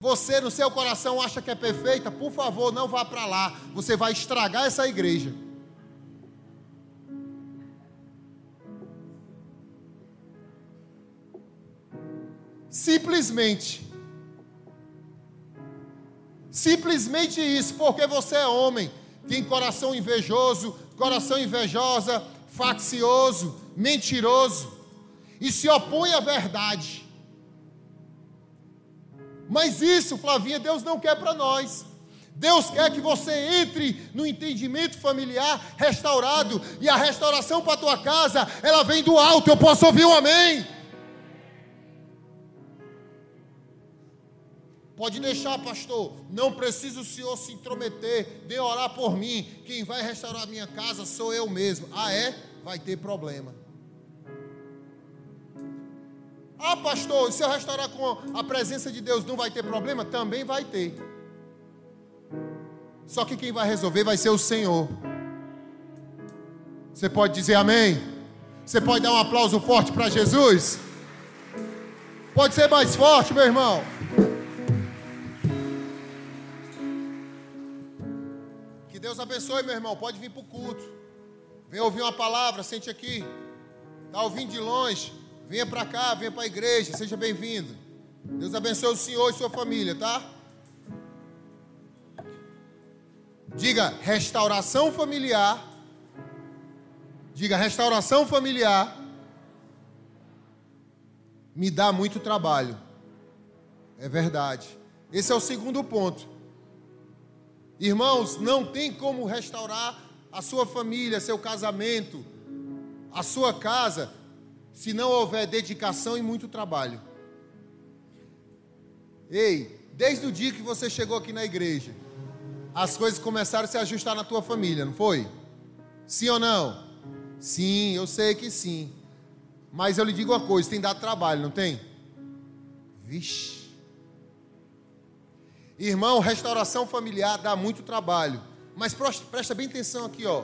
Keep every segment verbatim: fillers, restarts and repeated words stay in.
você no seu coração acha que é perfeita, por favor, não vá para lá. Você vai estragar essa igreja. Simplesmente. Simplesmente isso, porque você é homem, tem coração invejoso, coração invejosa, faccioso, mentiroso, e se opõe à verdade. Mas isso, Flavinha, Deus não quer para nós. Deus quer que você entre no entendimento familiar restaurado, e a restauração para a tua casa, ela vem do alto. Eu posso ouvir um amém? Pode deixar, pastor, não precisa o senhor se intrometer, nem orar por mim. Quem vai restaurar a minha casa sou eu mesmo. Ah, é? Vai ter problema. Ah, pastor, se eu restaurar com a presença de Deus, não vai ter problema? Também vai ter. Só que quem vai resolver vai ser o Senhor. Você pode dizer amém? Você pode dar um aplauso forte para Jesus? Pode ser mais forte, meu irmão. Que Deus abençoe, meu irmão. Pode vir para o culto. Vem ouvir uma palavra, sente aqui. Está ouvindo de longe? Venha para cá, venha para a igreja. Seja bem-vindo. Deus abençoe o senhor e sua família, tá? Diga restauração familiar. Diga restauração familiar. Me dá muito trabalho. É verdade. Esse é o segundo ponto. Irmãos, não tem como restaurar a sua família, seu casamento, a sua casa, se não houver dedicação e muito trabalho. Ei, desde o dia que você chegou aqui na igreja, as coisas começaram a se ajustar na tua família, não foi? Sim ou não? Sim, eu sei que sim. Mas eu lhe digo uma coisa, tem dado trabalho, não tem? Vixe. Irmão, restauração familiar dá muito trabalho. Mas presta bem atenção aqui, ó.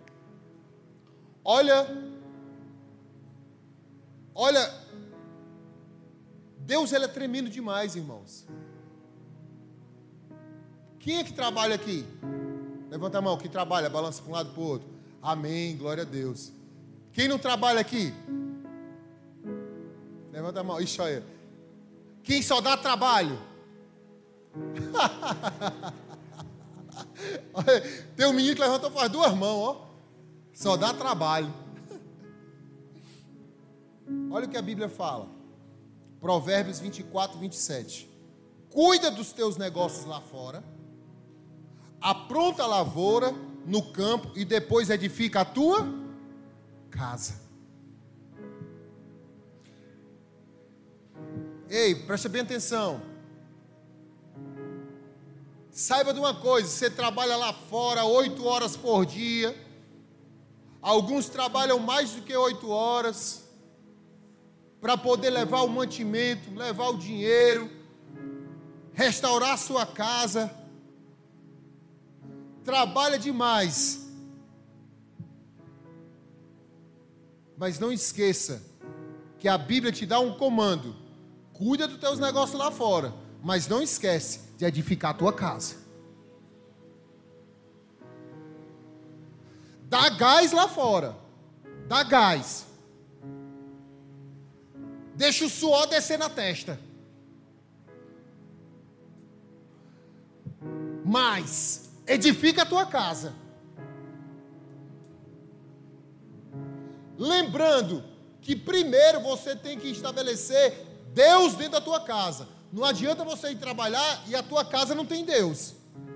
Olha, olha, Deus, ele é tremendo demais, irmãos. Quem é que trabalha aqui? Levanta a mão, quem trabalha, balança para um lado para o outro. Amém, glória a Deus. Quem não trabalha aqui? Levanta a mão, ixi, olha. Quem só dá trabalho? Tem um menino que levantou faz duas mãos, ó. Só dá trabalho. Olha o que a Bíblia fala. Provérbios vinte e quatro, vinte e sete. Cuida dos teus negócios lá fora, apronta a lavoura no campo e depois edifica a tua casa. Ei, presta bem atenção. Saiba de uma coisa, você trabalha lá fora oito horas por dia, alguns trabalham mais do que oito horas, para poder levar o mantimento, levar o dinheiro, restaurar a sua casa, trabalha demais, mas não esqueça, que a Bíblia te dá um comando, cuida dos teus negócios lá fora, mas não esquece, de edificar a tua casa. Dá gás lá fora. Dá gás. Deixa o suor descer na testa. Mas edifica a tua casa. Lembrando que primeiro você tem que estabelecer Deus dentro da tua casa. Não adianta você ir trabalhar e a tua casa não tem Deus.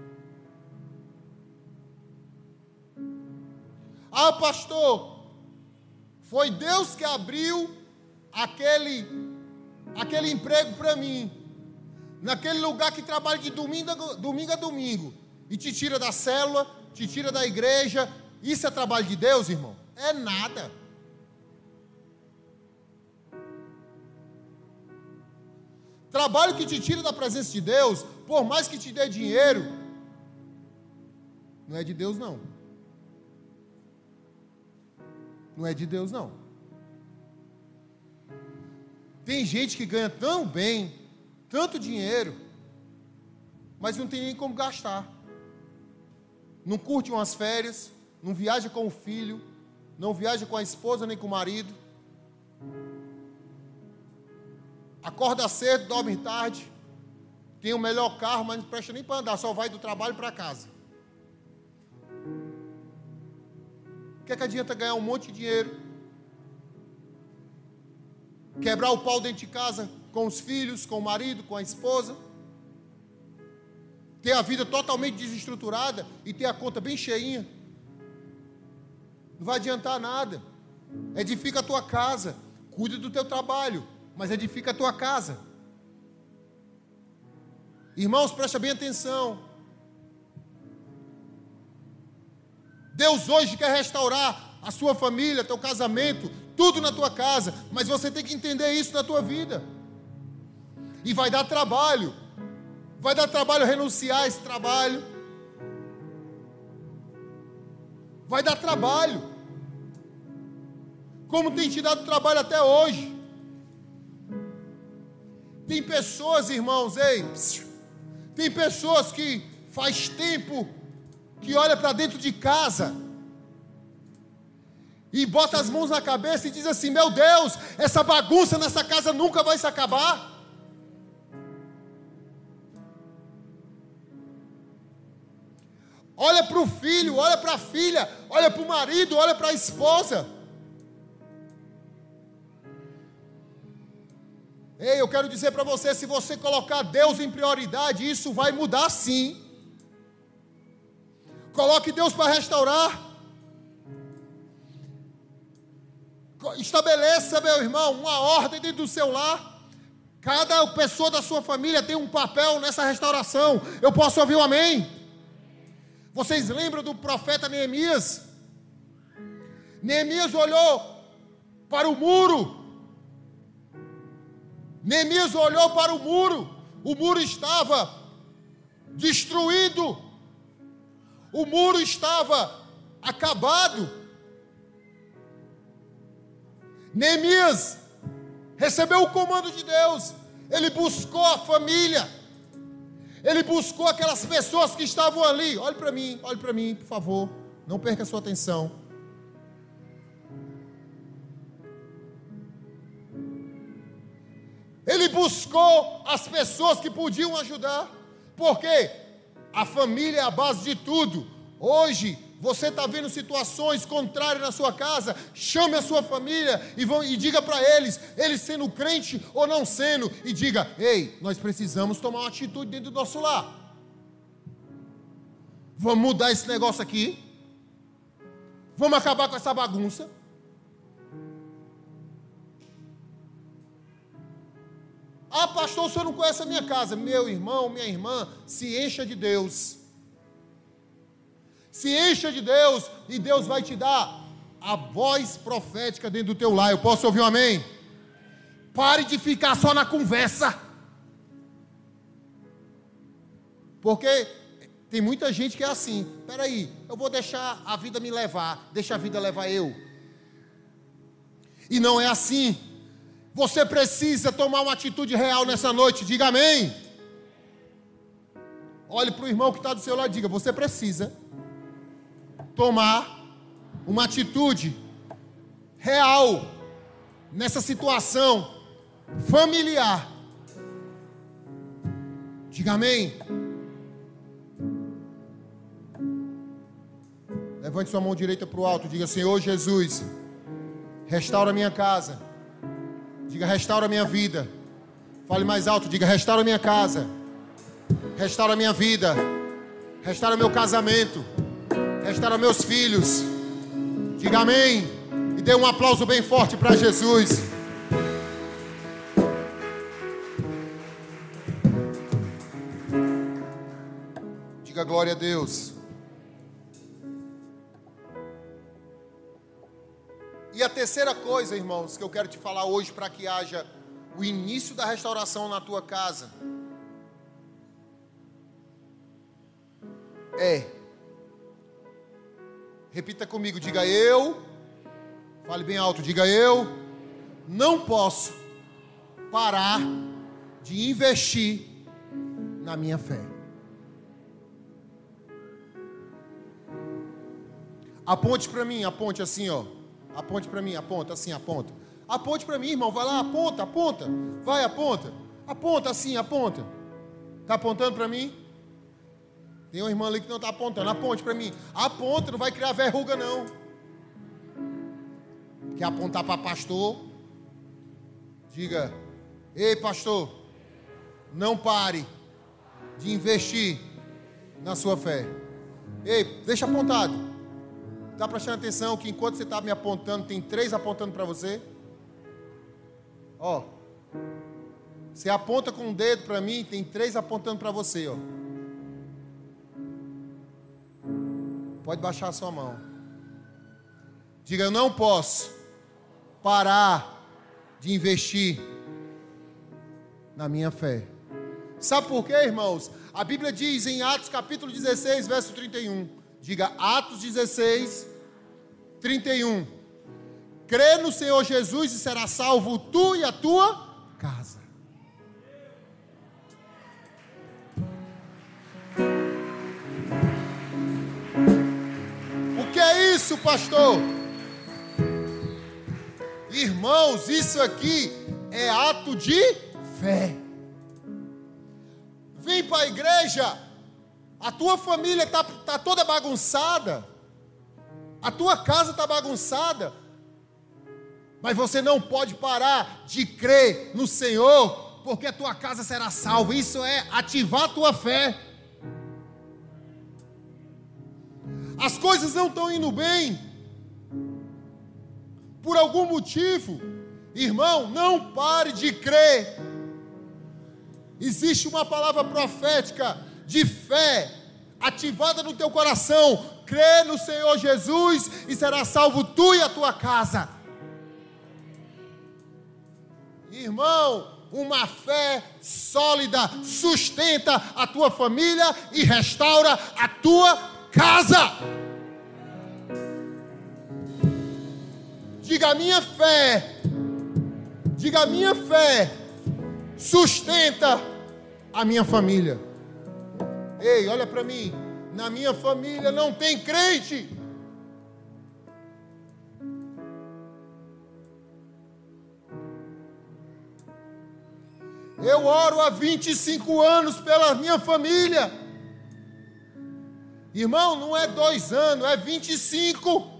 Ah, pastor, foi Deus que abriu aquele, aquele emprego para mim, naquele lugar que trabalha de domingo a, domingo a domingo, e te tira da célula, te tira da igreja. Isso é trabalho de Deus, irmão? É nada. Trabalho que te tira da presença de Deus, por mais que te dê dinheiro, não é de Deus não. Não é de Deus não. Tem gente que ganha tão bem, tanto dinheiro, mas não tem nem como gastar. Não curte umas férias, não viaja com o filho, não viaja com a esposa nem com o marido. Acorda cedo, dorme tarde, tem o melhor carro, mas não presta nem para andar, só vai do trabalho para casa. O que é que adianta ganhar um monte de dinheiro, quebrar o pau dentro de casa com os filhos, com o marido, com a esposa, ter a vida totalmente desestruturada e ter a conta bem cheinha? Não vai adiantar nada. Edifica a tua casa, cuida do teu trabalho, mas edifica a tua casa. Irmãos, presta bem atenção. Deus hoje quer restaurar a sua família, teu casamento, tudo na tua casa, mas você tem que entender isso na tua vida. E vai dar trabalho. Vai dar trabalho renunciar a esse trabalho. Vai dar trabalho. Como tem te dado trabalho até hoje. Tem pessoas, irmãos, ei, tem pessoas que faz tempo que olha para dentro de casa e bota as mãos na cabeça e diz assim: meu Deus, essa bagunça nessa casa nunca vai se acabar. Olha para o filho, olha para a filha, olha para o marido, olha para a esposa. Ei, eu quero dizer para você, se você colocar Deus em prioridade, isso vai mudar sim. Coloque Deus para restaurar. Estabeleça, meu irmão, uma ordem dentro do seu lar. Cada pessoa da sua família tem um papel nessa restauração. Eu posso ouvir um amém? Vocês lembram do profeta Neemias? Neemias olhou para o muro. Neemias olhou para o muro. O muro estava destruído. O muro estava acabado. Neemias recebeu o comando de Deus. Ele buscou a família. Ele buscou aquelas pessoas que estavam ali. Olhe para mim, olhe para mim, por favor. Não perca a sua atenção. Ele buscou as pessoas que podiam ajudar. Porque a família é a base de tudo. Hoje, você está vendo situações contrárias na sua casa, chame a sua família e, vão, e diga para eles, eles sendo crente ou não sendo, e diga: ei, nós precisamos tomar uma atitude dentro do nosso lar. Vamos mudar esse negócio aqui. Vamos acabar com essa bagunça. Ah, pastor, o senhor não conhece a minha casa. Meu irmão, minha irmã, se encha de Deus. Se encha de Deus e Deus vai te dar a voz profética dentro do teu lar. Eu posso ouvir um amém? Pare de ficar só na conversa. Porque tem muita gente que é assim: peraí, eu vou deixar a vida me levar, deixa a vida levar eu. E não é assim. Você precisa tomar uma atitude real nessa noite. Diga amém. Olhe para o irmão que está do seu lado e diga: você precisa tomar uma atitude real nessa situação familiar. Diga amém. Levante sua mão direita para o alto. Diga: Senhor Jesus, restaura minha casa. Diga: restaura minha vida. Fale mais alto. Diga: restaura minha casa. Restaura minha vida. Restaura meu casamento. Restaura meus filhos. Diga amém. E dê um aplauso bem forte para Jesus. Diga glória a Deus. E a terceira coisa, irmãos, que eu quero te falar hoje para que haja o início da restauração na tua casa é, repita comigo, diga: eu, fale bem alto, diga: eu não posso parar de investir na minha fé. Aponte para mim, aponte assim, ó. Aponte para mim, aponta assim, aponta. Aponte para mim, irmão, vai lá, aponta, aponta. Vai, aponta. Aponta assim, aponta. Está apontando para mim? Tem uma irmã ali que não está apontando. Aponte para mim. Aponta, não vai criar verruga não. Quer apontar para pastor? Diga: ei, pastor, não pare de investir na sua fé. Ei, deixa apontado. Está prestando atenção que enquanto você está me apontando, tem três apontando para você? Ó, você aponta com um dedo para mim, tem três apontando para você, ó. Pode baixar a sua mão. Diga: eu não posso parar de investir na minha fé. Sabe por quê, irmãos? A Bíblia diz em Atos capítulo dezesseis, verso trinta e um. Diga: Atos dezesseis, trinta e um. Crê no Senhor Jesus e será salvo tu e a tua casa. O que é isso, pastor? Irmãos, isso aqui é ato de fé. Vem para a igreja, a tua família está tá toda bagunçada, a tua casa está bagunçada, mas você não pode parar de crer no Senhor, porque a tua casa será salva. Isso é ativar a tua fé. As coisas não estão indo bem, por algum motivo, irmão, não pare de crer. Existe uma palavra profética de fé ativada no teu coração. Crê no Senhor Jesus e será salvo tu e a tua casa. Irmão, uma fé sólida sustenta a tua família e restaura a tua casa. Diga: a minha fé, diga: a minha fé sustenta a minha família. Ei, olha para mim, na minha família não tem crente. Eu oro há vinte e cinco anos pela minha família. Irmão, não é dois anos, é vinte e cinco.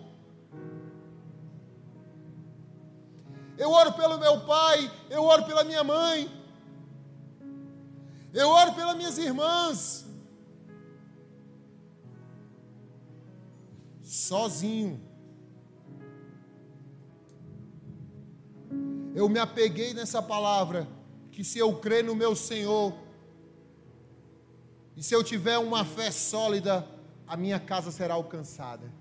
Eu oro pelo meu pai, eu oro pela minha mãe, eu oro pelas minhas irmãs. Sozinho. Eu me apeguei nessa palavra, que se eu crer no meu Senhor, e se eu tiver uma fé sólida, a minha casa será alcançada.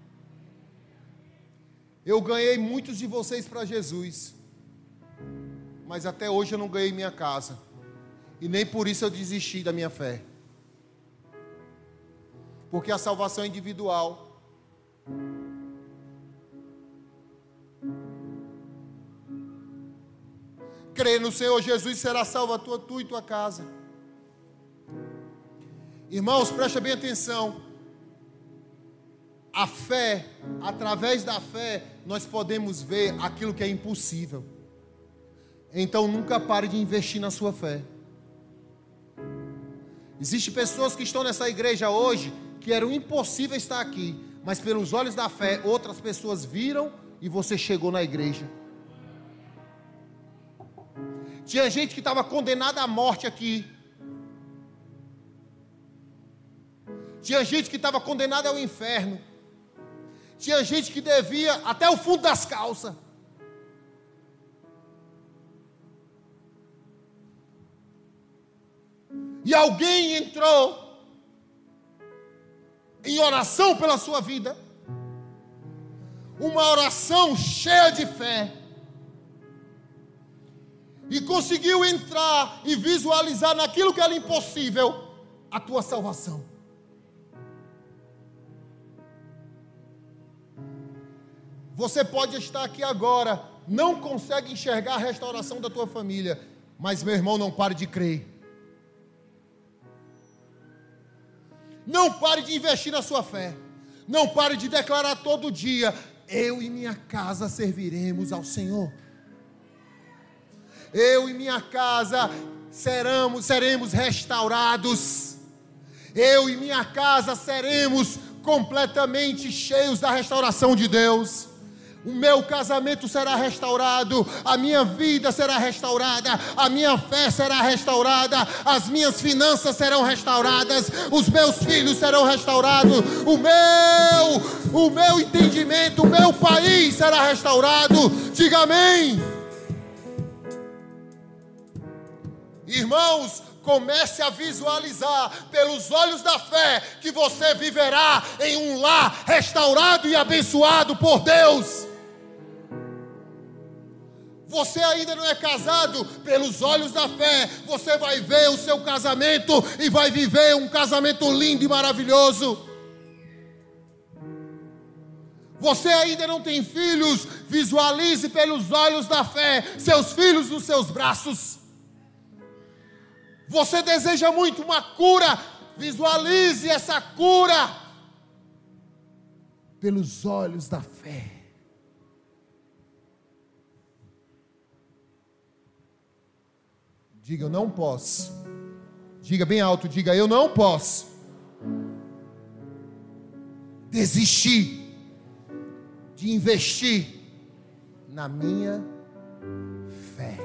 Eu ganhei muitos de vocês para Jesus, mas até hoje eu não ganhei minha casa, e nem por isso eu desisti da minha fé, porque a salvação é individual. Crê no Senhor Jesus e será salva tua, tu e tua casa. Irmãos, presta bem atenção. A fé, através da fé, nós podemos ver aquilo que é impossível. Então nunca pare de investir na sua fé. Existem pessoas que estão nessa igreja hoje que era impossível estar aqui, mas pelos olhos da fé outras pessoas viram e você chegou na igreja. Tinha gente que estava condenada à morte aqui. Tinha gente que estava condenada ao inferno. Tinha gente que devia até o fundo das calças. E alguém entrou em oração pela sua vida. Uma oração cheia de fé. E conseguiu entrar e visualizar naquilo que era impossível a tua salvação. Você pode estar aqui agora, não consegue enxergar a restauração da tua família, mas meu irmão, não pare de crer. Não pare de investir na sua fé. Não pare de declarar todo dia: eu e minha casa serviremos ao Senhor. Eu e minha casa seremos, seremos restaurados. Eu e minha casa seremos completamente cheios da restauração de Deus. O meu casamento será restaurado, a minha vida será restaurada, a minha fé será restaurada, as minhas finanças serão restauradas, os meus filhos serão restaurados, o meu, o meu entendimento, o meu país será restaurado. Diga amém. Irmãos, comece a visualizar pelos olhos da fé que você viverá em um lar restaurado e abençoado por Deus. Você ainda não é casado, pelos olhos da fé, você vai ver o seu casamento e vai viver um casamento lindo e maravilhoso. Você ainda não tem filhos, visualize pelos olhos da fé seus filhos nos seus braços. Você deseja muito uma cura, visualize essa cura pelos olhos da fé. Diga: eu não posso. Diga bem alto, diga: eu não posso desistir de investir na minha fé.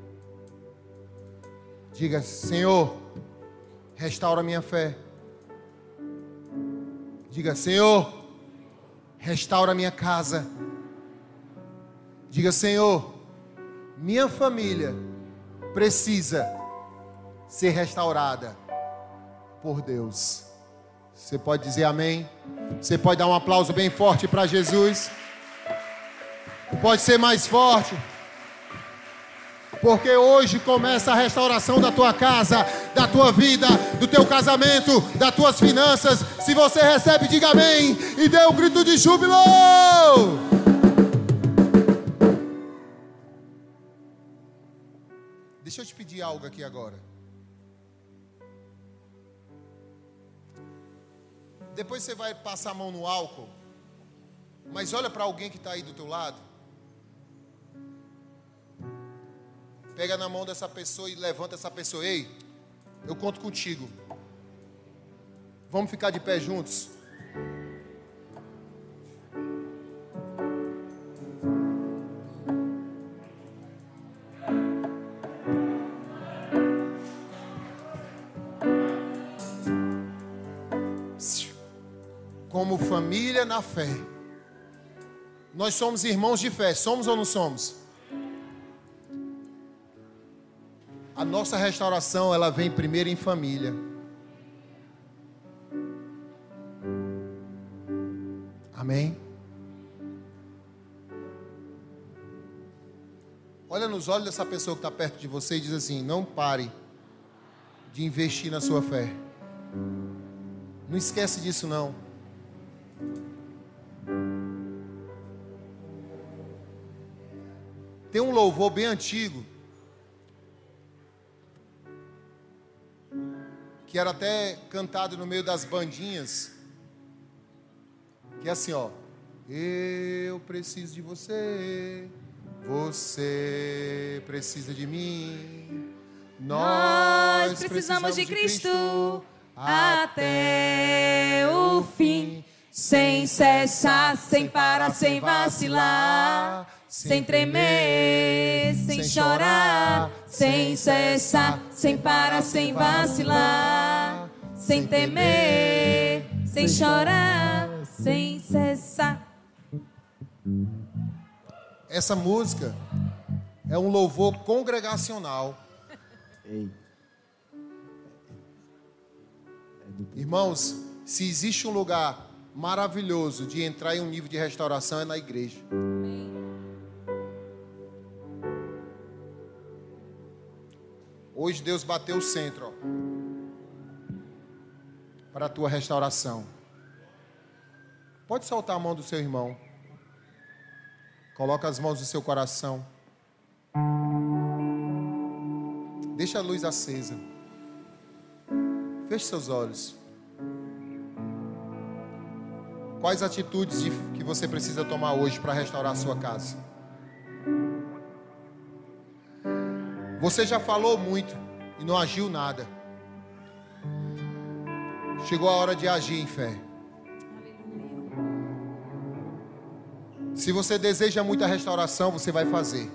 Diga: Senhor, restaura minha fé. Diga: Senhor, restaura minha casa. Diga: Senhor, minha família precisa ser restaurada por Deus. Você pode dizer amém? Você pode dar um aplauso bem forte para Jesus? Pode ser mais forte? Porque hoje começa a restauração da tua casa, da tua vida, do teu casamento, das tuas finanças. Se você recebe, diga amém e dê um grito de júbilo. Deixa eu te pedir algo aqui agora. Depois você vai passar a mão no álcool, mas olha para alguém que está aí do teu lado. Pega na mão dessa pessoa e levanta essa pessoa. Ei, eu conto contigo. Vamos ficar de pé juntos? Como família na fé. Nós somos irmãos de fé, somos ou não somos? A nossa restauração, ela vem primeiro em família. Amém? Olha nos olhos dessa pessoa que está perto de você e diz assim: não pare de investir na sua fé. Não esquece disso não. Tem um louvor bem antigo, que era até cantado no meio das bandinhas, que é assim, ó: eu preciso de você, você precisa de mim, nós, nós precisamos de Cristo, Cristo até o fim, sem cessar, sem parar, sem vacilar, sem tremer, sem chorar, sem cessar, sem parar, sem vacilar, sem temer, sem chorar, sem cessar. Essa música é um louvor congregacional. Ei. Irmãos, se existe um lugar maravilhoso de entrar em um nível de restauração, é na igreja. Hoje Deus bateu o centro, ó, para a tua restauração. Pode soltar a mão do seu irmão. Coloca as mãos no seu coração. Deixa a luz acesa. Feche seus olhos. Quais atitudes de, que você precisa tomar hoje para restaurar a sua casa? Você já falou muito e não agiu nada. Chegou a hora de agir em fé. Se você deseja muita restauração, você vai fazer.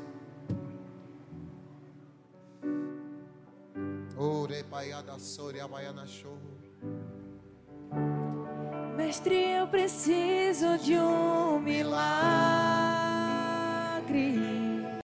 Mestre, eu preciso de um milagre.